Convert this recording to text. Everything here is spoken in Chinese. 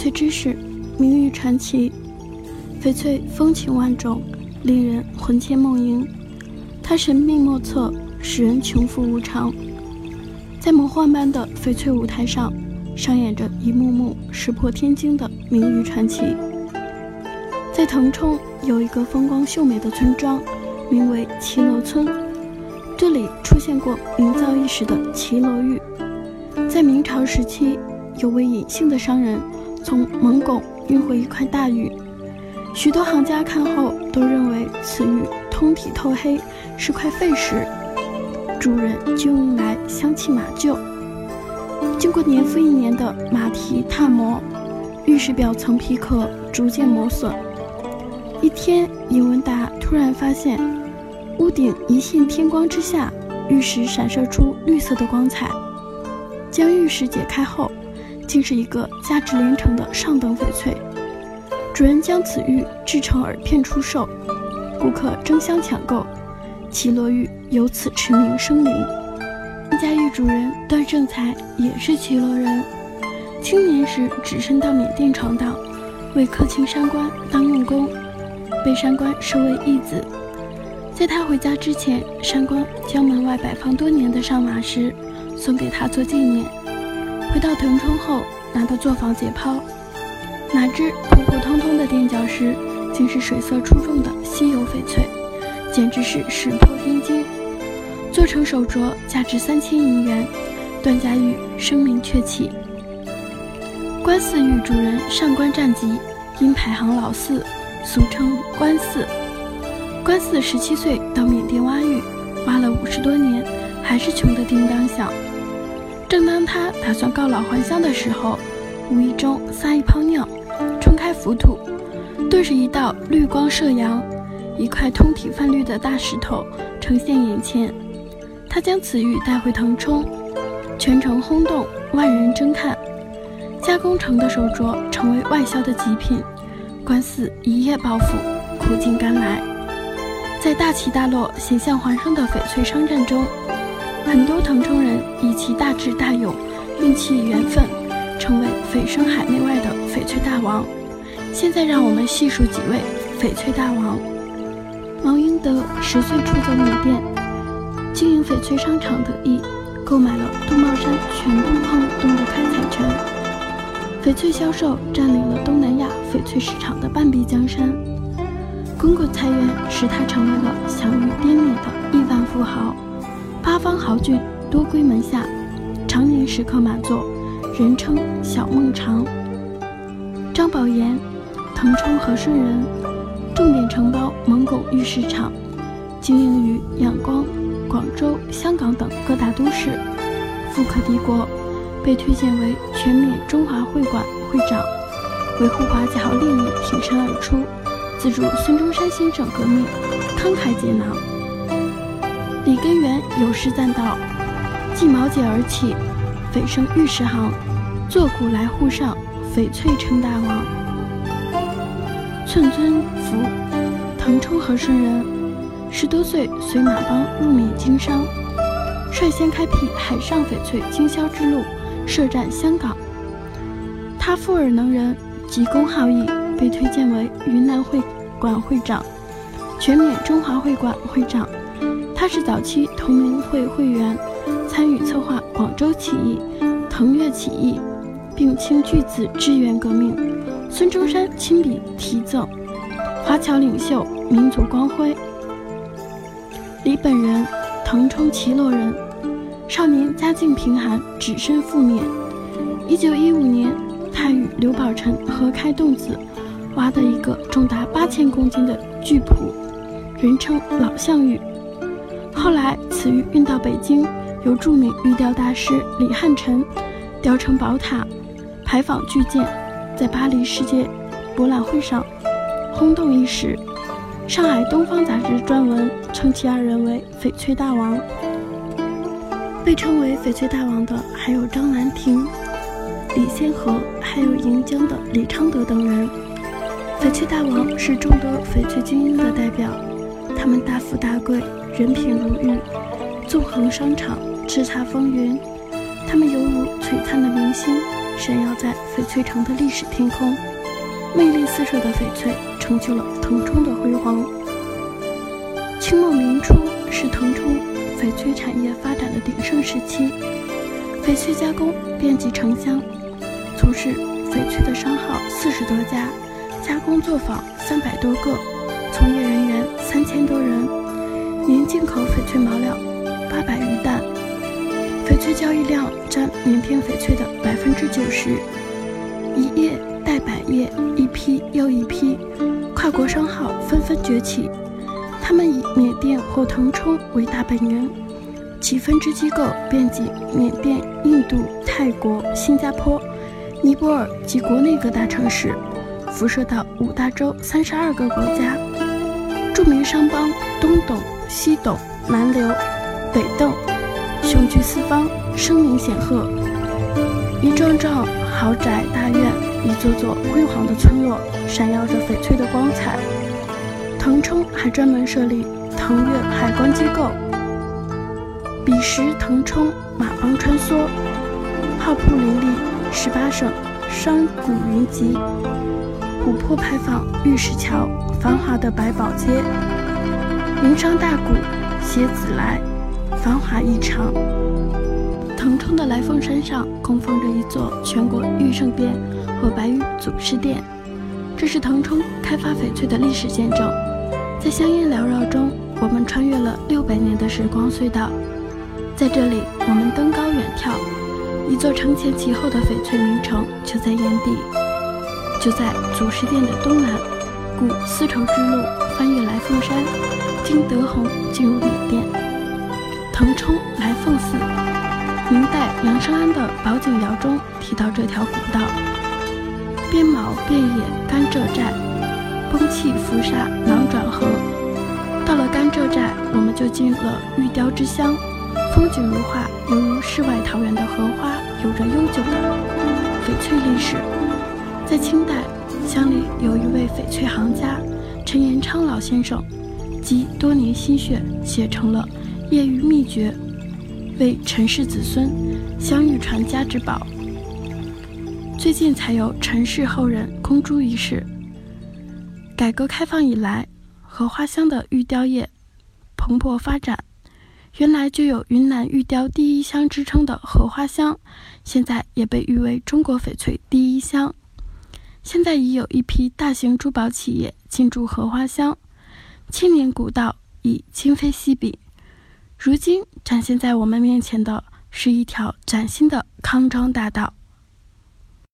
翡翠知识，名誉传奇。翡翠风情万种，令人魂牵梦萦。它神秘莫测，使人穷富无常。在魔幻般的翡翠舞台上，上演着一幕幕石破天惊的名誉传奇。在腾冲有一个风光秀美的村庄，名为齐罗村。这里出现过名噪一时的齐罗玉。在明朝时期，有位隐姓的商人从蒙古运回一块大玉，许多行家看后都认为此玉通体透黑，是块废石，主人就用来镶嵌马厩。经过年复一年的马蹄踏磨，玉石表层皮壳逐渐磨损。一天，尹文达突然发现屋顶一线天光之下，玉石闪射出绿色的光彩。将玉石解开后，竟是一个价值连城的上等翡翠。主人将此玉制成耳片出售，顾客争相抢购，齐罗玉由此驰名声林。家玉主人段胜才也是齐罗人，青年时只身到缅甸闯荡，为克钦山官当用工，被山官收为义子。在他回家之前，山官将门外摆放多年的上马石送给他做纪念。回到腾冲后，拿到作坊解剖，哪知普普通通的垫脚石竟是水色出众的稀有翡翠，简直是石破天惊。做成手镯价值3000银元，段家玉声名鹊起。官四玉主人上官占吉因排行老四，俗称官四。官四17岁到缅甸挖玉，挖了50多年，还是穷得叮当响。正当他打算告老还乡的时候，无意中撒一泡尿，冲开浮土，顿时一道绿光射阳，一块通体泛绿的大石头呈现眼前。他将此玉带回腾冲，全城轰动，万人争看。加工成的手镯成为外销的极品，官四一夜暴富，苦尽甘来。在大起大落、险象环生的翡翠商战中，很多腾冲人以其大智大勇、运气与缘分，成为蜚声海内外的翡翠大王。现在让我们细数几位翡翠大王。毛英德10岁出走缅甸，经营翡翠商场得意，购买了杜茂山全部矿洞的开采权。翡翠销售占领了东南亚翡翠市场的半壁江山。滚滚财源使他成为了享誉滇缅的亿万富豪，八方豪俊多归门下，常年食客满座，人称小孟尝。张宝岩，腾冲和顺人，重点承包蒙古玉市场，经营于仰光、广州、香港等各大都市，富可敌国，被推荐为全缅中华会馆会长，维护华侨利益挺身而出，资助孙中山先生革命，慷慨解囊。李根源有诗赞道：继毛姐而起，翡生玉石行，坐古来户上，翡翠称大王。寸尊福，腾冲和顺人，10多岁随马帮入缅经商，率先开辟海上翡翠经销之路，设站香港。他富而能人，急公好义，被推荐为云南会馆会长、全缅中华会馆会长。他是早期同盟会会员，参与策划广州起义、腾越起义，并倾巨资支援革命。孙中山亲笔题赠，华侨领袖，民族光辉。李本人，腾冲齐罗人，少年家境贫寒，只身赴缅。1915年，他与刘宝成合开洞子，挖得一个重达8000公斤的巨蹼，人称老象玉。后来此玉运到北京，由著名玉雕大师李汉臣雕成宝塔，牌坊巨建，在巴黎世界博览会上轰动一时。上海东方杂志专文称其二人为翡翠大王。被称为翡翠大王的还有张兰亭、李先和，还有盈江的李昌德等人。翡翠大王是众多翡翠精英的代表，他们大富大贵，人品如玉，纵横商场，叱咤风云。 它们犹如璀璨的明星，闪耀在翡翠城的历史天空。魅力四射的翡翠成就了腾冲的辉煌。清末明初是腾冲翡翠产业发展的鼎盛时期，翡翠加工遍及城乡，从事翡翠的商号40多家，加工作坊300多个，从业人员3000多人，年进口翡翠毛料800余担，翡翠交易量占缅甸翡翠的90%，一业代百业，一批又一批，跨国商号纷纷崛起。他们以缅甸或腾冲为大本营，其分支机构遍及缅甸、印度、泰国、新加坡、尼泊尔及国内各大城市，辐射到5大洲32个国家。著名商帮东董、西董、南流、北邓雄踞四方，声名显赫。一幢幢豪宅大院，一座座辉煌的村落，闪耀着翡翠的光彩。腾冲还专门设立腾越海关机构，彼时腾冲马帮穿梭，号铺林立，18省商贾云集，琥珀牌坊、玉石桥，繁华的百宝街，名商大贾，携子来，繁华异常。腾冲的来凤山上供奉着一座全国御圣殿和白玉祖师殿，这是腾冲开发翡翠的历史见证。在香烟缭绕中，我们穿越了600年的时光隧道，在这里我们登高远眺，一座承前启后的翡翠名城就在眼底。就在祖师殿的东南，故丝绸之路翻越来凤山，经德宏进入缅甸。腾冲来凤寺，明代杨生安的《宝景谣》中提到这条古道：边毛遍野甘蔗寨，崩气浮沙囊转河。到了甘蔗寨，我们就进了玉雕之乡，风景如画，犹如世外桃源的荷花，有着悠久的翡翠历史。在清代，乡里有一位翡翠行家陈延昌老先生，集多年心血写成了业余秘诀，为陈氏子孙相遇传家之宝。最近才有陈氏后人公诸一事。改革开放以来，荷花乡的玉雕业蓬勃发展，原来就有云南玉雕第一乡之称的荷花乡，现在也被誉为中国翡翠第一乡。现在已有一批大型珠宝企业进驻荷花乡，千年古道已今非昔比。如今展现在我们面前的是一条崭新的康庄大道。